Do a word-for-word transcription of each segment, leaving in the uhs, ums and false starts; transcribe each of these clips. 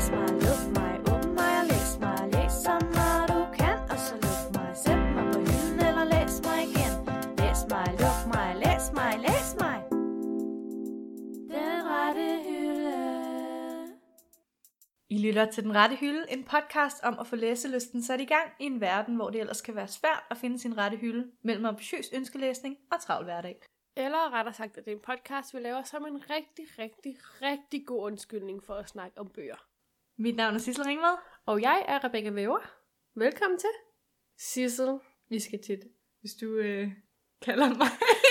læs mig, luk mig, åbn mig og læs mig. Læs så meget du kan, og så luk mig. Sæt mig på hylden eller læs mig igen. Læs mig, luk mig, læs mig, læs mig. Den rette hylde. I lytter til Den Rette Hylde, en podcast om at få læselysten sat i gang i en verden, hvor det ellers kan være svært at finde sin rette hylde mellem ambitiøs ønskelæsning og travl hverdag. Eller rettere sagt, at det er en podcast, vi laver som en rigtig, rigtig, rigtig god undskyldning for at snakke om bøger. Mit navn er Sissel Ringvad. Og jeg er Rebecca Væver. Velkommen til. Sissel, vi skal til det. Hvis du øh, kalder mig...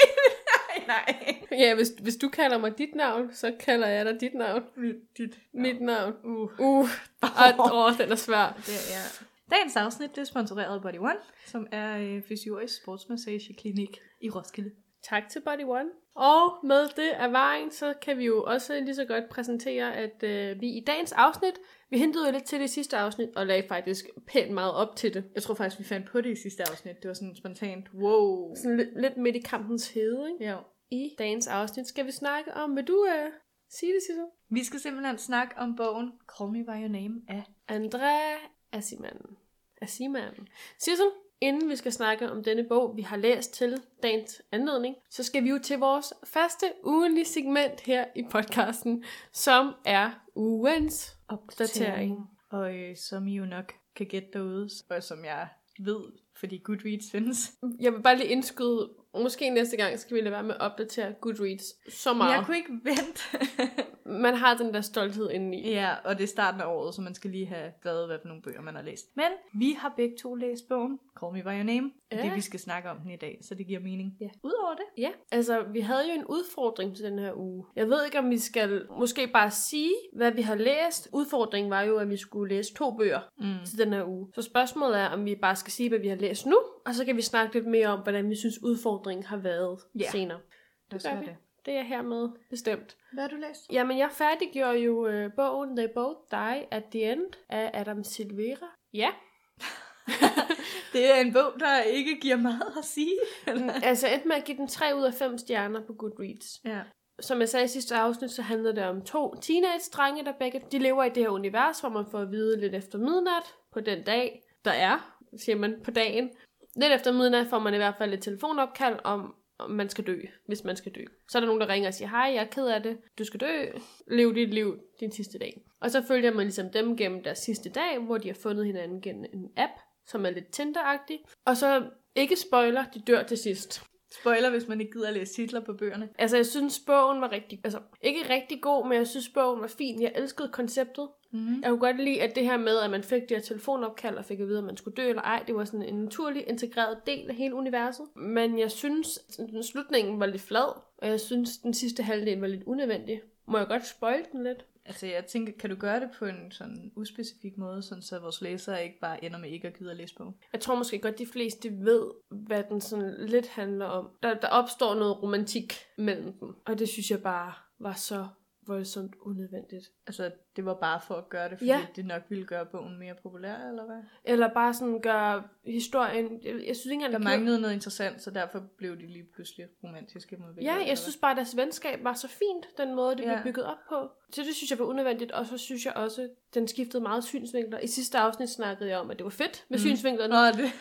nej, nej. Ja, hvis, hvis du kalder mig dit navn, så kalder jeg dig dit navn. Mit, dit Mit navn. Uh. Uh. Og, åh, den er svær. Det er... Dagens afsnit det er sponsoreret af Body One, som er øh, fysiorisk sportsmassageklinik i Roskilde. Tak til Body One. Og med det af vejen, så kan vi jo også lige så godt præsentere, at øh, vi i dagens afsnit, vi hentede jo lidt til det sidste afsnit, og lagde faktisk pænt meget op til det. Jeg tror faktisk, vi fandt på det i sidste afsnit. Det var sådan spontant, wow. Sådan lidt, lidt midt i kampens hede, ikke? Ja. I dagens afsnit skal vi snakke om, vil du øh, sige det, Sissel? Vi skal simpelthen snakke om bogen Call Me By Your Name af Andrea Assiman. Assiman. Sissel, inden vi skal snakke om denne bog, vi har læst til dagens anledning, så skal vi jo til vores faste ugenlige segment her i podcasten, som er ugens opdatering. Og øh, som I jo nok kan gætte derude, og som jeg ved, fordi Goodreads findes. Jeg vil bare lige indskyde, måske næste gang skal vi lade være med at opdatere Goodreads så meget. Jeg kunne ikke vente. Man har den der stolthed indeni. Ja, og det er starten af året, så man skal lige have skrevet, hvad for nogle bøger man har læst. Men vi har begge to læst bogen Call Me By Your Name. Ja. Det vi skal snakke om den i dag, så det giver mening. Ja. Udover det. Ja, altså vi havde jo en udfordring til den her uge. Jeg ved ikke, om vi skal måske bare sige, hvad vi har læst. Udfordringen var jo, at vi skulle læse to bøger mm. til den her uge. Så spørgsmålet er, om vi bare skal sige, hvad vi har læst nu, og så kan vi snakke lidt mere om, hvordan vi synes, udfordringen har været ja. senere. Det gør vi. Det. Det er hermed bestemt. Hvad har du læst? Jamen, jeg færdiggjorde jo øh, bogen They Both Die at the End af Adam Silvera. Ja. Det er en bog, der ikke giver meget at sige. Altså, endte med at give den tre ud af fem stjerner på Goodreads. Ja. Som jeg sagde i sidste afsnit, så handler det om to teenage-drenge, der begge de lever i det her univers, hvor man får at vide lidt efter midnat på den dag, der er, siger man, på dagen. Lidt efter midnat får man i hvert fald et telefonopkald om, om man skal dø, hvis man skal dø. Så er der nogen, der ringer og siger, hej, jeg er ked af det, du skal dø, lev dit liv din sidste dag. Og så følger man ligesom dem gennem deres sidste dag, hvor de har fundet hinanden gennem en app, som er lidt Tinder-agtig. Og så, ikke spoiler, de dør til sidst. Spoiler, hvis man ikke gider at læse titler på bøgerne. Altså, jeg synes, bogen var rigtig, altså, ikke rigtig god, men jeg synes, bogen var fin. Jeg elskede konceptet. Mm. Jeg kunne godt lide, at det her med, at man fik det her telefonopkald og fik at vide, at man skulle dø eller ej, det var sådan en naturlig integreret del af hele universet. Men jeg synes, at slutningen var lidt flad, og jeg synes, den sidste halvdel var lidt unødvendig. Må jeg godt spoile den lidt? Altså, jeg tænker, kan du gøre det på en sådan uspecifik måde, sådan så vores læsere ikke bare ender med ikke at gide at læse bogen? Jeg tror måske godt, de fleste ved, hvad den sådan lidt handler om. Der, der opstår noget romantik mellem dem, og det synes jeg bare var så voldsomt unødvendigt. Altså, det var bare for at gøre det, fordi ja. det nok ville gøre bogen mere populær, eller hvad? Eller bare sådan gøre historien... Jeg, jeg synes ikke engang, der manglede noget interessant, så derfor blev de lige pludselig romantiske mod Ja, jeg synes bare, at deres venskab var så fint, den måde, det ja. blev bygget op på. Så det synes jeg var unødvendigt, og så synes jeg også, at den skiftede meget synsvinkler. I sidste afsnit snakkede jeg om, at det var fedt med mm. synsvinklerne. Nå, det.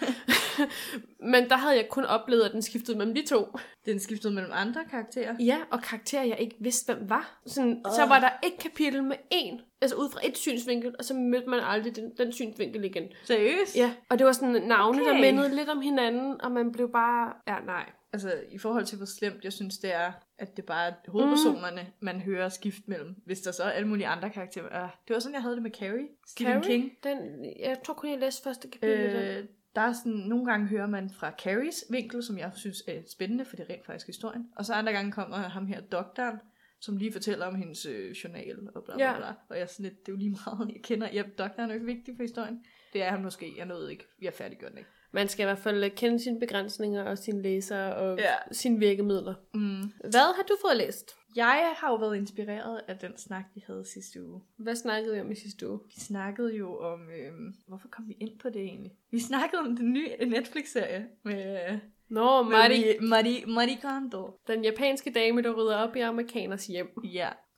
Men der havde jeg kun oplevet, at den skiftede mellem de to. Den skiftede mellem andre karakterer? Ja, og karakterer, jeg ikke vidste, hvem var. Sådan, uh. Så var der et kapitel med én, altså ud fra et synsvinkel, og så mødte man aldrig den, den synsvinkel igen. Seriøst? Ja, og det var sådan navne, okay. der mindede lidt om hinanden, og man blev bare, ja, nej. Altså, i forhold til hvor slemt, jeg synes, det er, at det bare er hovedpersonerne, mm. man hører skift mellem. Hvis der så er alle mulige andre karakterer. Det var sådan, jeg havde det med Carrie. Stephen Carrie? King. Den, jeg tror kun, jeg læste første kapitel. Øh, der er sådan, nogle gange hører man fra Carries vinkel, som jeg synes er spændende, for det er rent faktisk historien. Og så andre gange kommer ham her, doktoren, som lige fortæller om hendes øh, journal og bla bla ja. bla. Og jeg er sådan lidt, det er jo lige meget, jeg kender. Ja, doktoren er jo ikke vigtig for historien. Det er han måske, jeg nåede ikke. Vi har færdiggjort den ikke. Man skal i hvert fald kende sine begrænsninger og sine læsere og ja. sine virkemidler. Mm. Hvad har du fået læst? Jeg har jo været inspireret af den snak, vi havde sidste uge. Hvad snakkede vi om i sidste uge? Vi snakkede jo om... Øhm, hvorfor kom vi ind på det egentlig? Vi snakkede om den nye Netflix-serie med... Nå, Mari. Mari, Mari Kondo. Den japanske dame, der rydder op i amerikaners hjem. Ja,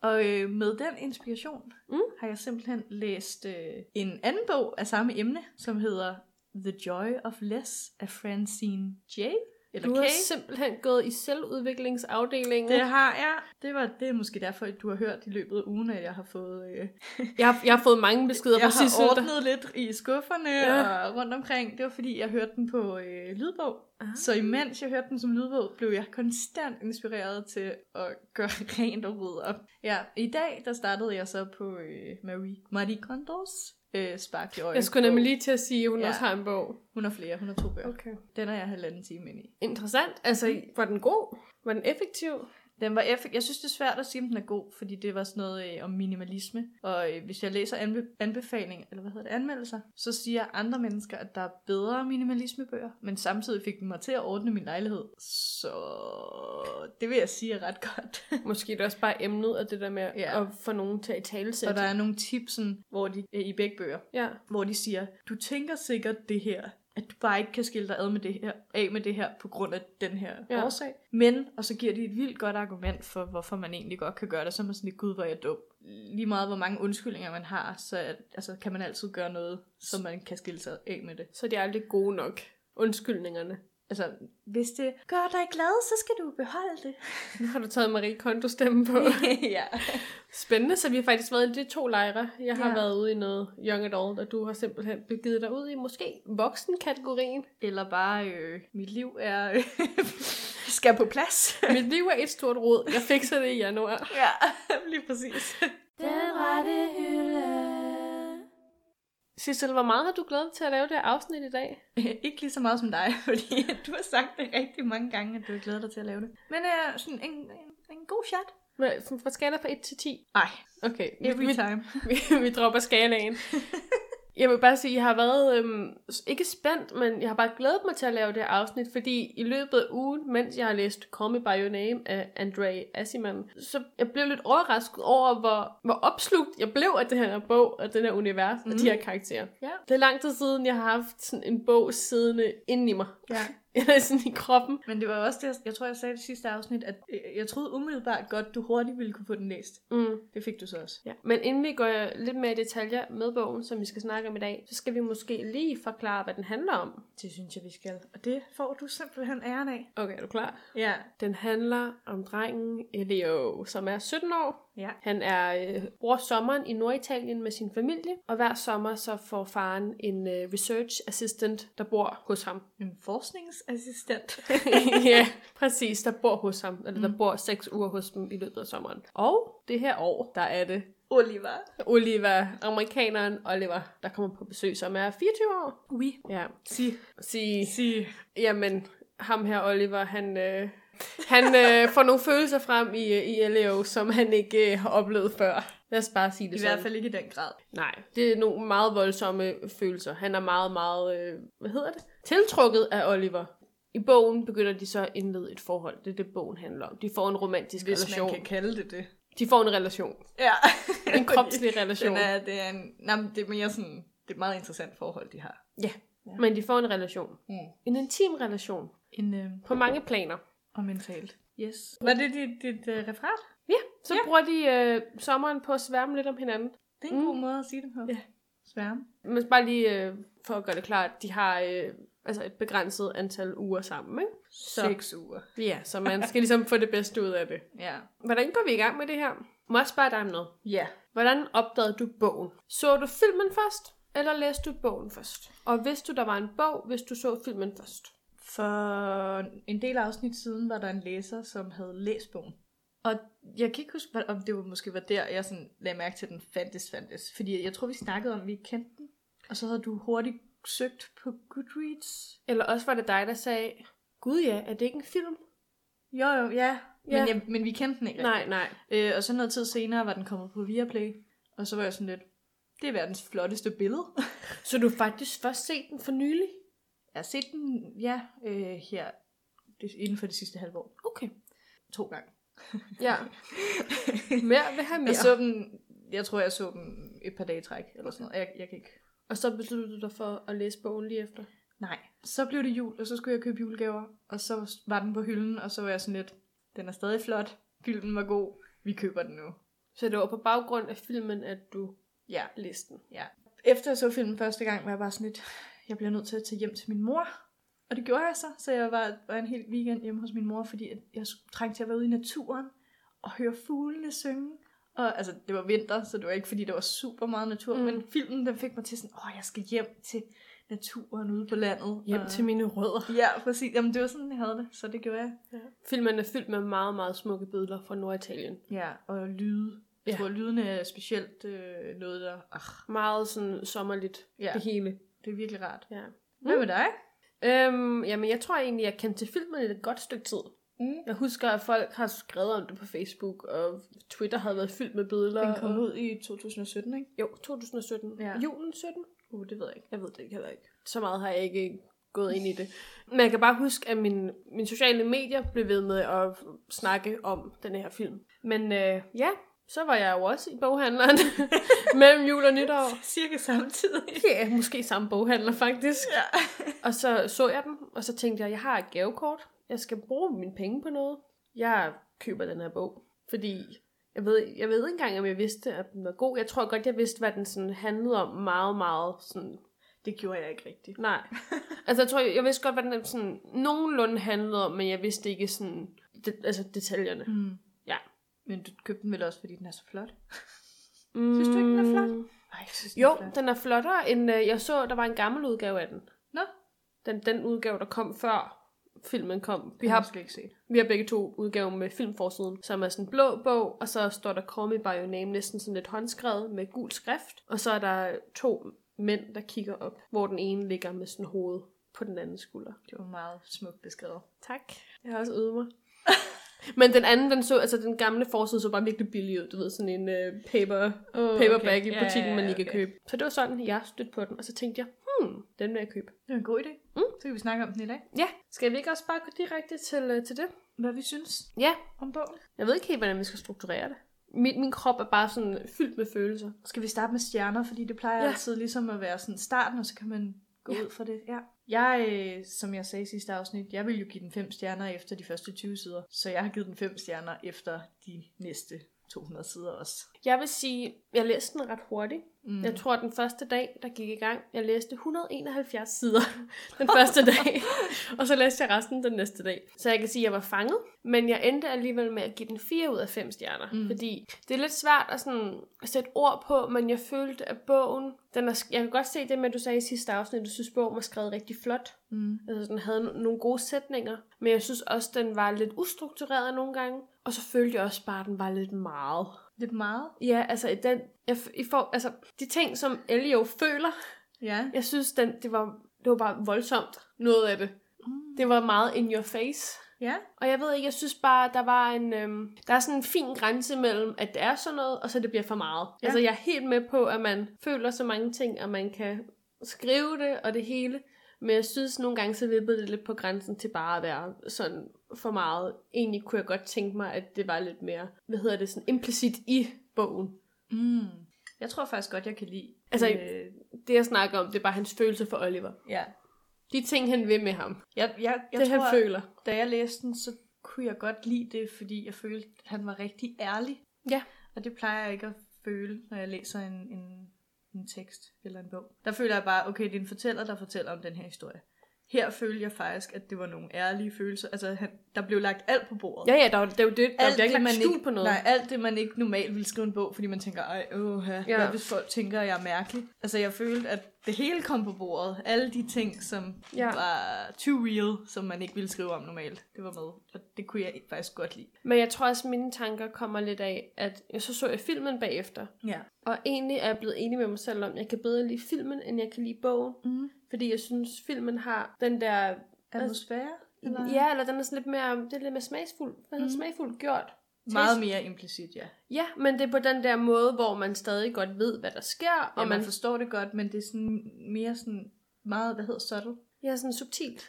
Og øh, med den inspiration Mm. har jeg simpelthen læst øh, en anden bog af samme emne, som hedder The Joy of Less af Francine J. Eller Du K. har simpelthen gået i selvudviklingsafdelingen. Det har jeg. Det, var, det er måske derfor, at du har hørt i løbet af ugen, at jeg har fået... Øh, Jeg har, jeg har fået mange beskeder jeg fra Sissel. har der- ordnet lidt i skufferne Ja. og rundt omkring. Det var fordi, jeg hørte den på øh, lydbog. Ah. Så imens jeg hørte den som lydbog, blev jeg konstant inspireret til at gøre rent og rydde op. Ja, i dag der startede jeg så på øh, Marie, Marie Kondos øh, Spark Joy. Jeg skulle nemlig lige til at sige, at hun Ja. ja. også har en bog. Hun har flere, hun har to bøger. Okay. Den er jeg halvanden time inde i. Interessant. Altså, var den god? Var den effektiv? Den var effekt. Jeg synes, det er svært at sige, om den er god, fordi det var sådan noget øh, om minimalisme. Og øh, hvis jeg læser anbe- anbefalinger, eller hvad hedder det, anmeldelser, så siger andre mennesker, at der er bedre minimalismebøger, men samtidig fik den mig til at ordne min lejlighed. Så det vil jeg sige er ret godt. Måske er det også bare emnet af det der med Ja. at få nogen til at talesætte. Og der er nogle tips, sådan, hvor de, øh, i begge bøger, Ja. hvor de siger, du tænker sikkert det her, at du bare ikke kan skille dig ad med det her, af med det her, på grund af den her Ja. ja. årsag. Men, og så giver de et vildt godt argument for, hvorfor man egentlig godt kan gøre det, så er man sådan lidt, gud, hvor er jeg dum. Lige meget, hvor mange undskyldninger man har, så at, altså, kan man altid gøre noget, så man kan skille sig af med det. Så de er aldrig gode nok. Undskyldningerne. Altså, hvis det gør dig glad, så skal du beholde det. Nu har du taget Marie Kondo stemme på. Ja. Spændende, så vi har faktisk været i de to lejre. Jeg har Ja. været ude i noget young adult, og du har simpelthen begivet dig ud i måske voksenkategorien. Eller bare, øh, mit liv er øh, skal på plads. Mit liv er et stort rod. Jeg fikser det i januar. Ja, lige præcis. Den rette hylde. Sissel, hvor meget har du glædet til at lave det her afsnit i dag? Ikke lige så meget som dig, fordi du har sagt det rigtig mange gange, at du har glædet dig til at lave det. Men uh, sådan en, en, en god shot. Hvad hvad skala fra et til ti? Ej, Okay, vi, every vi, time. vi, vi dropper skalaen. Jeg vil bare sige, at jeg har været øhm, ikke spændt, men jeg har bare glædet mig til at lave det her afsnit, fordi i løbet af ugen, mens jeg har læst Call Me By Your Name af Andre Aciman, så jeg blev lidt overrasket over, hvor, hvor opslugt jeg blev af det her bog, og den her univers, mm. og de her karakterer. Ja. Det er lang tid siden, jeg har haft sådan en bog siddende inde i mig. Ja. Eller sådan i kroppen. Men det var også det, jeg tror, jeg sagde i det sidste afsnit, at øh, jeg troede umiddelbart godt, du hurtigt ville kunne få den læst. Mm. Det fik du så også. Ja. Men inden vi går lidt mere i detaljer med bogen, som vi skal snakke om i dag, så skal vi måske lige forklare, hvad den handler om. Det synes jeg, vi skal. Og det får du simpelthen æren af. Okay, er du klar? Ja. Den handler om drengen Elio, som er sytten år. Ja. Han er øh, bor sommeren i Norditalien med sin familie, og hver sommer så får faren en øh, research assistant, der bor hos ham. En forskningsassistent. Ja, præcis, der bor hos ham, eller der bor seks uger hos dem i løbet af sommeren. Og det her år, der er det Oliver. Oliver, amerikaneren Oliver, der kommer på besøg, som er fireogtyve år. Oui. Ja, Sig. sige, Sig. jamen, ham her Oliver, han, øh, han øh, får nogle følelser frem i, i L A O, som han ikke øh, har oplevet før. Lad os bare sige det I sådan. hvert fald ikke i den grad. Nej, det er nogle meget voldsomme følelser. Han er meget, meget, øh, hvad hedder det? Tiltrukket af Oliver. I bogen begynder de så at indlede et forhold. Det er det, bogen handler om. De får en romantisk Hvis relation. man kan kalde det det. De får en relation. Ja. En kropslig relation. Den er, det, er en, nej, det er mere sådan, det er et meget interessant forhold, de har. Ja, ja. Men de får en relation. Mm. En intim relation. En, øh, På mange planer. og mentalt. Yes. Var det dit, dit uh, referat? Ja, så ja. bruger de øh, sommeren på at sværme lidt om hinanden. Det er en mm. god måde at sige det på. Ja. Sværme. Men bare lige øh, for at gøre det klart, de har øh, altså et begrænset antal uger sammen, ikke? Så, Seks uger. ja, så man skal ligesom få det bedste ud af det. Ja. Hvordan går vi i gang med det her? Må jeg spørge dig om noget? Ja. Hvordan opdagede du bogen? Så du filmen først, eller læste du bogen først? Og vidste du, der var en bog, hvis du så filmen først? For en del afsnit siden var der en læser, som havde læst bogen. Og jeg kan ikke huske, om det var, måske var der, jeg sådan lagde mærke til, at den fandtes, fandtes. Fordi jeg tror, vi snakkede om, at vi ikke kendte den. Og så havde du hurtigt søgt på Goodreads. Eller også var det dig, der sagde, gud ja, er det ikke en film? Jo, jo, ja. Ja. Men, jeg, men vi kendte den ikke Nej, rigtig. nej. Øh, og så noget tid senere var den kommet på Viaplay. Og så var jeg sådan lidt, det er verdens flotteste billede. Så du har faktisk først set den for nylig? Jeg har set den, ja, øh, her det, inden for det sidste halve år. Okay. To gange. Ja. Mere vil have mere. Jeg så den, jeg tror, jeg så den et par dage i træk, eller sådan noget. Jeg, jeg kan ikke. Og så besluttede du dig for at læse bogen lige efter? Nej. Så blev det jul, og så skulle jeg købe julegaver. Og så var den på hylden, og så var jeg sådan lidt, den er stadig flot. Filmen var god. Vi køber den nu. Så det var på baggrund af filmen, at du Ja. læste den? Ja. Efter jeg så filmen første gang, var jeg bare sådan lidt, jeg bliver nødt til at tage hjem til min mor. Og det gjorde jeg så, så jeg var, var en hel weekend hjemme hos min mor, fordi jeg trængte til at være ude i naturen og høre fuglene synge. Og altså, det var vinter, så det var ikke fordi, der var super meget natur, mm. men filmen den fik mig til sådan, åh, jeg skal hjem til naturen ude på landet. Hjem og... til mine rødder. Ja, præcis. Jamen, det var sådan, jeg havde det, så det gjorde jeg. Ja. Filmen er fyldt med meget, meget smukke billeder fra Norditalien. Ja, og lyde. Jeg Ja. tror, lydene er specielt øh, noget, der... Ach, Meget sådan sommerligt, Ja. det hele. det er virkelig rart. Ja. Hvad med dig? Øhm, jamen, jeg tror egentlig, jeg kendte til filmen i et godt stykke tid. Mm. Jeg husker, at folk har skrevet om det på Facebook, og Twitter havde været fyldt med billeder. Den kom og... ud i to tusind og sytten, ikke? Jo, to tusind og sytten. Ja. Julen sytten? Uh, det ved jeg ikke. Jeg ved det ikke heller ikke. Så meget har jeg ikke gået ind i det. Men jeg kan bare huske, at mine, mine sociale medier blev ved med at snakke om den her film. Men øh, ja, så var jeg jo også i boghandleren mellem jul og nytår. Cirka samtidig. Ja, måske samme boghandler faktisk. Ja. Og så så jeg den, og så tænkte jeg, jeg har et gavekort. Jeg skal bruge mine penge på noget. Jeg køber den her bog, fordi jeg ved, jeg ved ikke engang, om jeg vidste, at den var god. Jeg tror godt, jeg vidste, hvad den sådan handlede om meget, meget sådan... Det gjorde jeg ikke rigtigt. Nej. Altså, jeg tror, jeg, jeg vidste godt, hvad den sådan nogenlunde handlede om, men jeg vidste ikke sådan, det, altså detaljerne. Mm. Ja. Men du købte den vel også, fordi den er så flot? Mm. Synes du ikke, den er flot? Nej, jeg synes, den Jo, er flot. den er flottere end, øh, jeg så, der var en gammel udgave af den. Nå, Den, den udgave, der kom før filmen kom. Vi vi har har, måske ikke set. vi har begge to udgaver med filmforsiden, som er sådan en blå bog, og så står der Call Me By Your Name, næsten sådan lidt håndskrevet med gul skrift. Og så er der to mænd, der kigger op, hvor den ene ligger med sådan hoved på den anden skulder. Det var meget smukt beskrevet. Tak. Jeg har også øvet mig. Men den anden, den så, altså den gamle forside så bare virkelig billig ud. Du ved, sådan en uh, paper, Oh, paperback okay. i butikken, Ja, ja, man lige kan okay. købe. Så det var sådan, jeg stødte på den, og så tænkte jeg, hmm, den vil jeg købe. Det var en god idé. Mm. Så kan vi snakke om den i dag. Ja, skal vi ikke også bare gå direkte til, uh, til det? Hvad vi synes Ja, om bogen. jeg ved ikke helt, hvordan vi skal strukturere det. Min, min krop er bare sådan fyldt med følelser. Skal vi starte med stjerner, fordi det plejer Ja. altid ligesom at være sådan starten, og så kan man gå Ja. ud fra det. Ja. Jeg, øh, som jeg sagde i sidste afsnit, jeg vil jo give den fem stjerner efter de første tyve sider, så jeg har givet den fem stjerner efter de næste to hundrede sider også. Jeg vil sige, jeg læste den ret hurtigt. Mm. Jeg tror, at den første dag, der gik i gang, jeg læste et hundrede og enoghalvfjerds sider den første dag, og så læste jeg resten den næste dag. Så jeg kan sige, at jeg var fanget, men jeg endte alligevel med at give den fire ud af fem stjerner, Mm. fordi det er lidt svært at, sådan, at sætte ord på, men jeg følte, at bogen, den er, jeg kan godt se det med, at du sagde i sidste afsnit, at du synes, bogen var skrevet rigtig flot. Mm. Altså, den havde no- nogle gode sætninger, men jeg synes også, den var lidt ustruktureret nogle gange, og så følte jeg også bare, at den var lidt meget. Lidt meget. Ja, altså, i den, jeg, I får, altså de ting, som Ellie jo føler, Ja. jeg synes, den, det, var, det var bare voldsomt, noget af det. Mm. Det var meget in your face. Ja. Og jeg ved ikke, jeg synes bare, der var en, øhm, der er sådan en fin grænse mellem, at det er sådan noget, og så det bliver for meget. Ja. Altså, jeg er helt med på, at man føler så mange ting, og man kan skrive det, og det hele. Men jeg synes, nogle gange, så vippede det lidt på grænsen til bare at være sådan for meget. Egentlig kunne jeg godt tænke mig, at det var lidt mere, hvad hedder det, sådan implicit i bogen. Mm. Jeg tror faktisk godt, jeg kan lide. Altså, øh, det jeg snakker om, det er bare hans følelse for Oliver. ja. De ting, han vil med ham. Jeg, jeg, jeg det tror, han føler. da jeg læste den, så kunne jeg godt lide det, fordi jeg følte, at han var rigtig ærlig. Ja. Og det plejer jeg ikke at føle, når jeg læser en, en, en tekst eller en bog. Der føler jeg bare, okay, det er en fortæller, der fortæller om den her historie. Her følte jeg faktisk, at det var nogle ærlige følelser. Altså, han, der blev lagt alt på bordet. Ja, ja, der, der, der, der, der alt bliver ikke det, lagt man skjul på noget. Nej, alt det, man ikke normalt ville skrive en bog, fordi man tænker, ej, åh, ja. Ja. Hvad hvis folk tænker, at jeg er mærkelig? Altså, jeg følte, at det hele kom på bordet. Alle de ting, som Ja. var too real, som man ikke ville skrive om normalt, det var med. Og det kunne jeg faktisk godt lide. Men jeg tror også, at mine tanker kommer lidt af, at jeg så så jeg filmen bagefter. Ja. Og egentlig er jeg blevet enig med mig selv om, at jeg kan bedre lide filmen, end jeg kan lide bogen. Mm. Fordi jeg synes, filmen har den der... Atmosfære? Eller? Ja, eller den er sådan lidt mere, det er lidt mere smagsfuld. Hvad hedder Mm. smagsfuldt gjort? Meget mere implicit, ja. Ja, men det er på den der måde, hvor man stadig godt ved, hvad der sker. Og Og man man, forstår det godt, men det er sådan mere sådan meget, hvad hedder subtle? ja, sådan subtilt.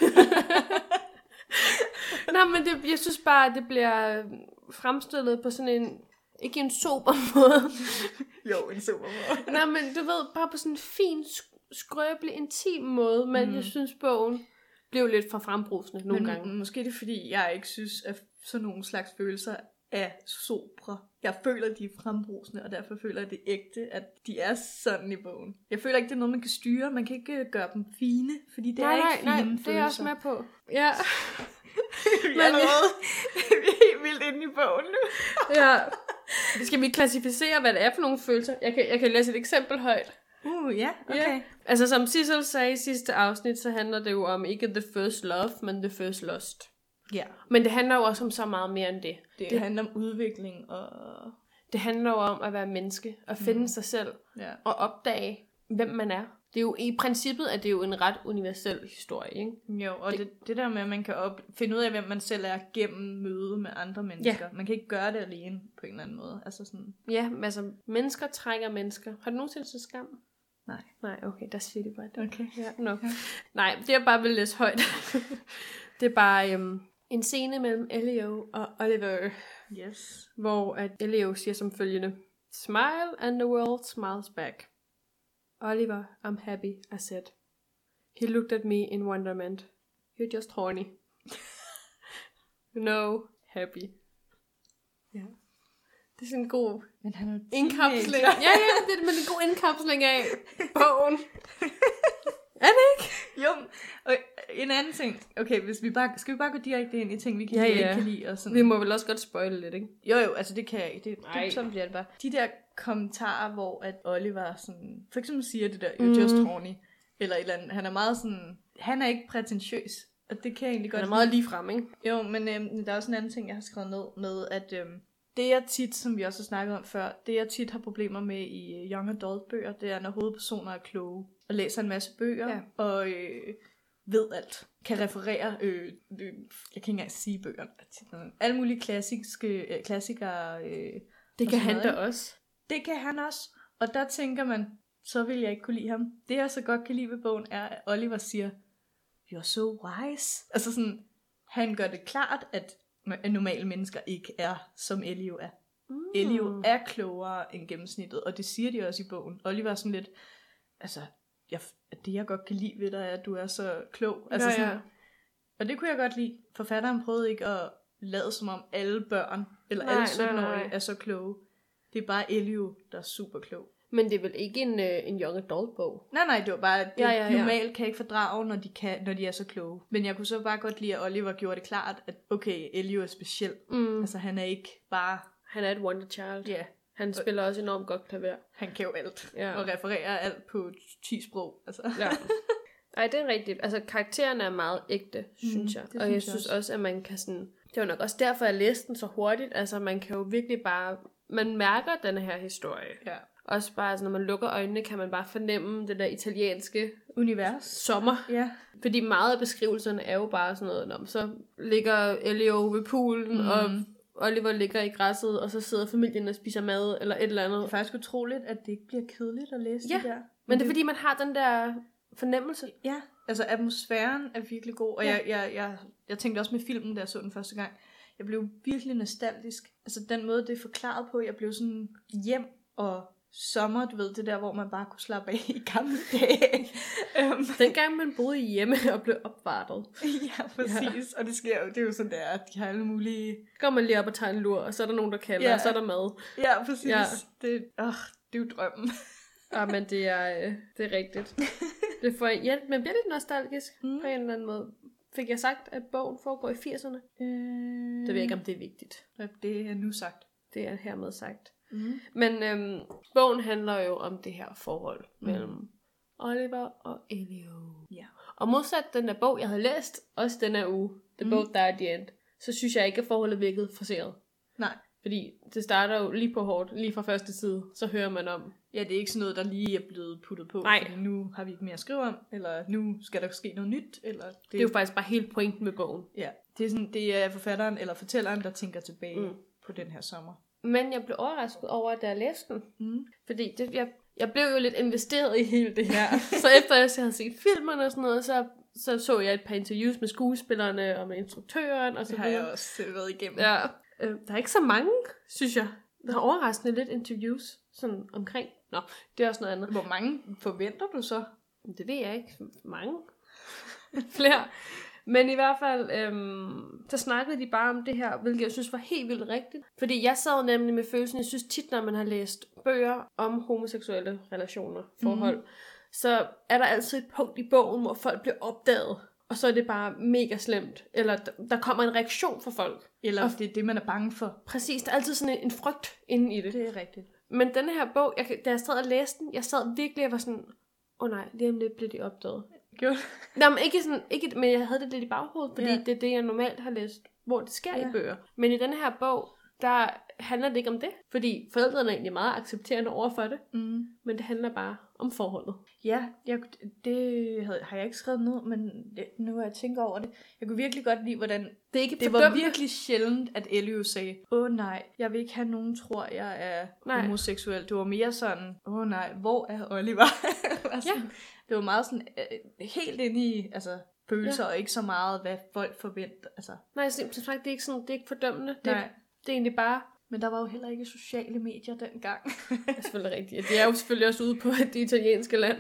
Nej, men det, jeg synes bare, at det bliver fremstillet på sådan en, ikke en sober måde. Jo, en super måde. Nej, men du ved, bare på sådan en fin, sk- skrøbelig, intim måde, men Mm. jeg synes, bogen blev lidt for frembrusende nogle Men gange. måske er det, fordi jeg ikke synes, at sådan nogle slags følelser af Sopra. Jeg føler, de er frembrusende, og derfor føler jeg det ægte, at de er sådan i bogen. Jeg føler ikke, det er noget, man kan styre. Man kan ikke gøre dem fine, fordi det nej, er ikke nej, fine nej, følelser. det er jeg også med på. Ja. Vi er allerede vi er helt vildt inde i bogen nu. Ja. Skal vi klassificere, hvad det er for nogle følelser? Jeg kan, jeg kan læse et eksempel højt. Uh, ja, okay. Ja. Altså, som Sissel sagde i sidste afsnit, så handler det jo om ikke the first love, men the first lust. Ja. Men det handler jo også om så meget mere end det. Det, Det, det handler om udvikling og... det handler jo om at være menneske, at finde Mm. sig selv, Ja. og opdage, hvem man er. Det er jo i princippet, at det er jo en ret universel historie, ikke? Jo, og Det- det, det der med, at man kan op, finde ud af, hvem man selv er gennem møde med andre mennesker. Man kan ikke gøre det alene på en eller anden måde. Altså sådan... Ja, altså, mennesker trækker mennesker. Har du nogensinde set Skam? Nej. Nej, okay, der siger de bare det. Okay. Ja, no. Nej, det jeg bare vil læse højt. Det er bare øhm, en scene mellem Elio og Oliver, Yes. hvor at Elio siger som følgende: Smile and the world smiles back. Oliver, I'm happy, I said. He looked at me in wonderment. You're just horny. No, happy. Ja. Det er sådan en god Men han er jo indkapsling. teenager. Ja, ja, det er men en god indkapsling af bogen. Er det ikke? Jo, og en anden ting. Okay, hvis vi bare, skal vi bare gå direkte ind i ting, vi kan, Ja, ja, ja. ikke kan lide? Og sådan. Vi må vel også godt spoile lidt, ikke? Jo, jo, altså det kan jeg ikke. Det, Nej. det, sådan bliver det bare. De der kommentarer, hvor at Oliver sådan, for eksempel siger det der, you're Mm. just horny, eller et eller andet. Han er meget sådan, han er ikke prætentiøs, og det kan jeg egentlig godt Den er meget lige frem, ikke? Jo, men øhm, der er også en anden ting, jeg har skrevet ned med, at øhm, det jeg tit, som vi også har snakket om før, det jeg tit har problemer med i øh, young adult bøger, det er, når hovedpersoner er kloge og læser en masse bøger, Ja. og øh, ved alt. Kan referere, øh, øh, jeg kan ikke engang sige bøgerne, alle mulige klassiske, øh, klassikere. Øh, Det og kan sådan han noget, da ikke? også. Det kan han også, og der tænker man, så vil jeg ikke kunne lide ham. Det jeg så godt kan lide ved bogen, er, at Oliver siger, you're so wise. Altså sådan, han gør det klart, at at normale mennesker ikke er, som Elio er. Mm. Elio er klogere end gennemsnittet, og det siger de også i bogen. Oliver er sådan lidt, altså, jeg, det jeg godt kan lide ved dig, er, at du er så klog. Altså Ja, sådan, ja. Og det kunne jeg godt lide. Forfatteren prøvede ikke at lade som om alle børn, eller Nej, alle nej, sytten-årige nej. er så kloge. Det er bare Elio, der er super klog. Men det er vel ikke en, øh, en young adult bog? Nej, nej, det var bare, det Ja, ja, ja. normalt kan ikke fordrage, når de, kan, når de er så kloge. Men jeg kunne så bare godt lide, at Oliver gjorde det klart, at okay, Elio er speciel. Mm. Altså, han er ikke bare, Han er et wonder child. ja, Han spiller også enormt godt klaver. han kan jo alt. Ja. Og refererer alt på ti sprog. Altså. Ja. Ej, det er rigtigt. Altså, karaktererne er meget ægte, synes Mm, jeg. det Og synes jeg jeg synes også. også, at man kan sådan... Det var nok også derfor, jeg læste den så hurtigt. Altså, man kan jo virkelig bare... Man mærker den her historie. Ja. Også bare, altså, når man lukker øjnene, kan man bare fornemme det der italienske Univers. sommer. Ja. Fordi meget af beskrivelserne er jo bare sådan noget, om så ligger Elio ved poolen, Mm. og Oliver ligger i græsset, og så sidder familien og spiser mad, eller et eller Det er andet. faktisk utroligt, at det ikke bliver kedeligt at læse Ja, det der. Men det er fordi, man har den der fornemmelse. Ja, altså atmosfæren er virkelig god, og Ja. ja. jeg, jeg, jeg, jeg tænkte også med filmen, da jeg så den første gang, jeg blev virkelig nostalgisk. Altså den måde, det er forklaret på, jeg blev sådan hjem og sommer, du ved, det der, hvor man bare kunne slappe af i gamle dage. um, Dengang man boede hjemme og blev opvartet, ja, præcis, ja. Og det sker jo, det er jo sådan der, at de har alle mulige... så går man lige op og tager en lur, og så er der nogen, der kalder, Ja. og så er der mad. Ja, præcis. Ja. Ja. Det, åh, det er jo drømmen. Ja, men det er, øh, det er rigtigt. Det får, ja, man bliver lidt nostalgisk Mm. mm. på en eller anden måde. Fik jeg sagt, at bogen foregår i firserne? Øh, Det ved jeg ikke, om det er vigtigt. Det er nu sagt. Det er hermed sagt. Mm. Men øhm, bogen handler jo om det her forhold Mm. mellem Oliver og Elio. Ja. Og modsat den der bog, jeg havde læst, også den her uge, The Mm. Boat Died at the End, så synes jeg ikke, at forholdet virkede forseret. Nej. Fordi det starter jo lige på hårdt, lige fra første side, så hører man om. Ja, det er ikke sådan noget, der lige er blevet puttet på, Nej. fordi nu har vi ikke mere at skrive om, eller nu skal der ske noget nyt, eller... Det, Det er jo faktisk bare helt pointen med bogen. Ja, det er, sådan, det er forfatteren eller fortælleren, der tænker tilbage Mm. mm. på den her sommer. Men jeg blev overrasket over, da jeg læste den. Mm. Fordi det, jeg, jeg blev jo lidt investeret i hele det her. Så efter jeg havde set filmerne og sådan noget, så, så så jeg et par interviews med skuespillerne og med instruktøren og så Det har jeg videre. også selv været igennem. Ja. Øh, der er ikke så mange, synes jeg. Der er overraskende lidt interviews sådan omkring. Nå, det er også noget andet. Hvor mange forventer du så? Det ved jeg ikke. Mange. Flere. Men i hvert fald, øhm, så snakkede de bare om det her, hvilket jeg synes var helt vildt rigtigt. Fordi jeg sad nemlig med følelsen, jeg synes tit, når man har læst bøger om homoseksuelle relationer, forhold, mm. så er der altid et punkt i bogen, hvor folk bliver opdaget. Og så er det bare mega slemt. Eller der, der kommer en reaktion fra folk. Eller og det er det, man er bange for. Præcis, der er altid sådan en, en frygt inde i det. Det er rigtigt. Men denne her bog, jeg, da jeg sad og læste den, jeg sad virkelig og var sådan, åh oh nej, lige om lidt bliver de opdaget. Gjorde Nå, men ikke sådan, ikke, men jeg havde det lidt i baghovedet, fordi ja. det er det, jeg normalt har læst, hvor det sker ja. i bøger. Men i denne her bog, der handler det ikke om det, fordi forældrene er egentlig meget accepterende over for det, mm. men det handler bare om forholdet. Ja, jeg, det havde, har jeg ikke skrevet ned, men det, nu har jeg tænkt over det. Jeg kunne virkelig godt lide, hvordan det, ikke det var virkelig sjældent, at Elio sagde, åh nej, jeg vil ikke have nogen tror, jeg er nej. homoseksuel. Det var mere sådan, åh nej, hvor er Oliver? sådan, ja. Det var meget sådan, øh, helt inde i altså, følelser, ja. Og ikke så meget, hvad folk forventer. Altså. Nej, som sagt, det er ikke, sådan, det er ikke fordømmende. Det, nej. det er egentlig bare... Men der var jo heller ikke sociale medier dengang. Det er selvfølgelig rigtigt. Det er jo selvfølgelig også ude på det italienske land.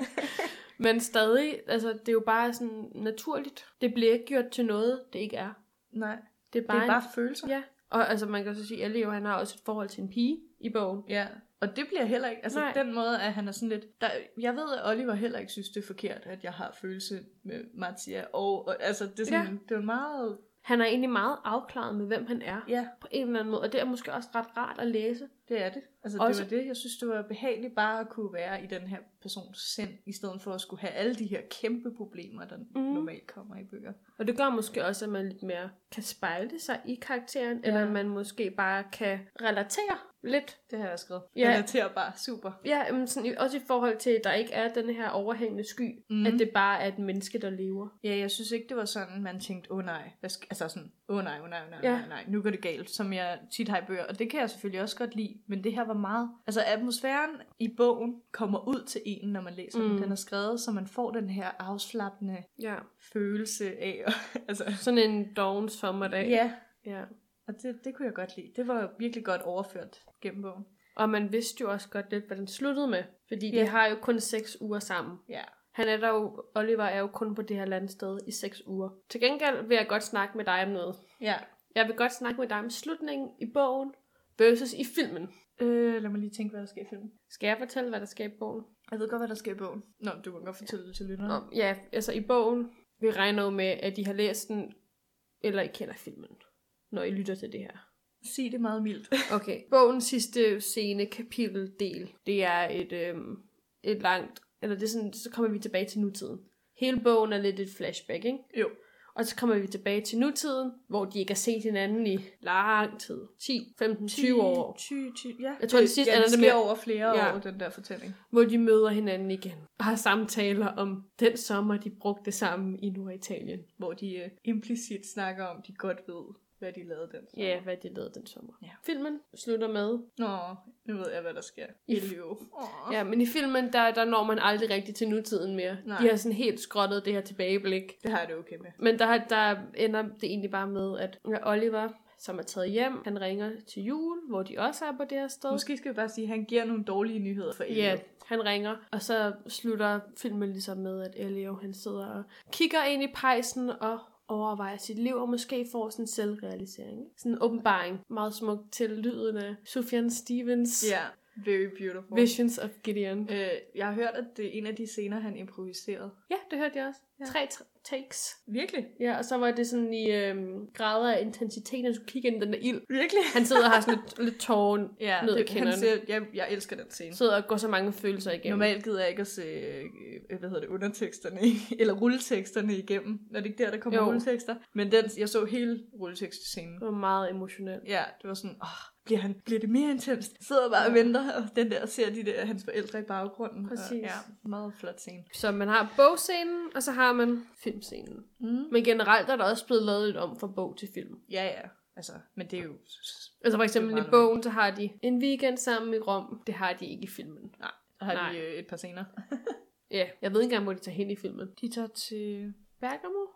Men stadig, altså det er jo bare sådan naturligt. Det bliver ikke gjort til noget, det ikke er. Nej, det er bare, det er bare en... følelser. Ja, og altså man kan så sige, at Elio, han har også et forhold til en pige i bogen. Ja, og det bliver heller ikke, altså Nej. Den måde, at han er sådan lidt, der, jeg ved, at Oliver heller ikke synes, det er forkert, at jeg har følelse med Martia, og, og altså det er sådan, ja. Det er meget... Han er egentlig meget afklaret med, hvem han er. Ja. På en eller anden måde. Og det er måske også ret rart at læse. Det er det. Altså også... det var det. Jeg synes, det var behageligt bare at kunne være i den her persons sind, i stedet for at skulle have alle de her kæmpe problemer, der mm. normalt kommer i bøger. Og det gør måske også, at man lidt mere kan spejle sig i karakteren, ja. Eller man måske bare kan relatere lidt. Det har jeg skrevet. Ja. Relaterer bare. Super. Ja, men sådan, også i forhold til, at der ikke er den her overhængende sky. Mm. At det bare er et menneske, der lever. Ja, jeg synes ikke, det var sådan, man tænkte, åh oh, nej. Altså sådan, åh oh, nej, åh oh, nej, nej, ja. nej, nej, nu går det galt, som jeg tit har i bøger. Og det kan jeg selvfølgelig også godt lide. Men det her var meget... Altså atmosfæren i bogen kommer ud til en, når man læser mm. den. Den er skrevet, så man får den her afslappende ja. følelse af... altså. Sådan en doven sommerdag. Ja. Ja. Og det, det kunne jeg godt lide. Det var virkelig godt overført gennem bogen. Og man vidste jo også godt lidt, hvad den sluttede med. Fordi ja. de har jo kun seks uger sammen. Ja. Han er der jo, Oliver er jo kun på det her landsted i seks uger. Til gengæld vil jeg godt snakke med dig om noget. Ja. Jeg vil godt snakke med dig om slutningen i bogen versus i filmen. Øh, lad mig lige tænke, hvad der sker i filmen. Skal jeg fortælle, hvad der sker i bogen? Jeg ved godt, hvad der sker i bogen. Nå, du kan godt fortælle det til lytterne. Nå, ja, altså i bogen, vi regner jo med, at de har læst den, eller I kender filmen, når I lytter til det her. Sig det meget mildt. Okay, bogens sidste scene, kapitel, del, det er et, øhm, et langt, eller det er sådan, så kommer vi tilbage til nutiden. Hele bogen er lidt et flashback, ikke? Jo. Og så kommer vi tilbage til nutiden, hvor de ikke har set hinanden i lang tid. ti, femten, tyve år. tyve, tyve, ja. Jeg tror, det, det sidste ja, er det det sker med over flere ja. år, den der fortælling. Hvor de møder hinanden igen. Og har samtaler om den sommer, de brugte sammen i Norditalien. Hvor de uh, implicit snakker om, de godt ved, hvad de lavede den sommer. Ja, hvad de lavede den sommer. Ja. Filmen slutter med... Nå, nu ved jeg, hvad der sker. Elio. Ja, men i filmen, der, der når man aldrig rigtig til nutiden mere. Nej. De har sådan helt skrottet det her tilbageblik. Det har jeg det okay med. Men der, der ender det egentlig bare med, at Oliver, som er taget hjem, han ringer til jul, hvor de også er på det her sted. Måske skal vi bare sige, at han giver nogle dårlige nyheder for Elio. Ja, han ringer, og så slutter filmen ligesom med, at Elio, han sidder og kigger ind i pejsen og overvejer sit liv, og måske får sådan en selvrealisering. Sådan en åbenbaring. Meget smukt til lyden af Sufjan Stevens. Ja, yeah, very beautiful. Visions of Gideon. Øh, jeg har hørt, at det er en af de scener, han improviserede. Ja, det hørte jeg også. Ja. Tre t- takes. Virkelig? Ja, og så var det sådan i øhm, grader af intensitet, han skulle kigge ind i den der ild. Virkelig? Han sidder og har sådan lidt, lidt tårn ja, ned ad kinderne. Siger, jeg, jeg elsker den scene. Sidder og går så mange følelser igennem. Normalt gider jeg ikke at se, hvad hedder det, underteksterne, eller rulleteksterne igennem. Er det ikke der, der kommer jo. Rulletekster? Men den, jeg så hele rulletekstscenen. Det var meget emotionelt. Ja, det var sådan, åh, bliver, han, bliver det mere intenst? Sidder bare og venter, og den der ser de der, hans forældre i baggrunden. Præcis. Og, ja, meget flot scene. Så man har bogscenen, og så har man filmscenen. Mm. Men generelt er der også blevet lavet lidt om fra bog til film. Ja, ja. Altså, men det er jo... Altså for eksempel i bogen, så har de en weekend sammen i Rom. Det har de ikke i filmen. Nej, der har Nej. de øh, et par scener. Ja, jeg ved ikke engang, hvor de tager hen i filmen. De tager til... Bergamo?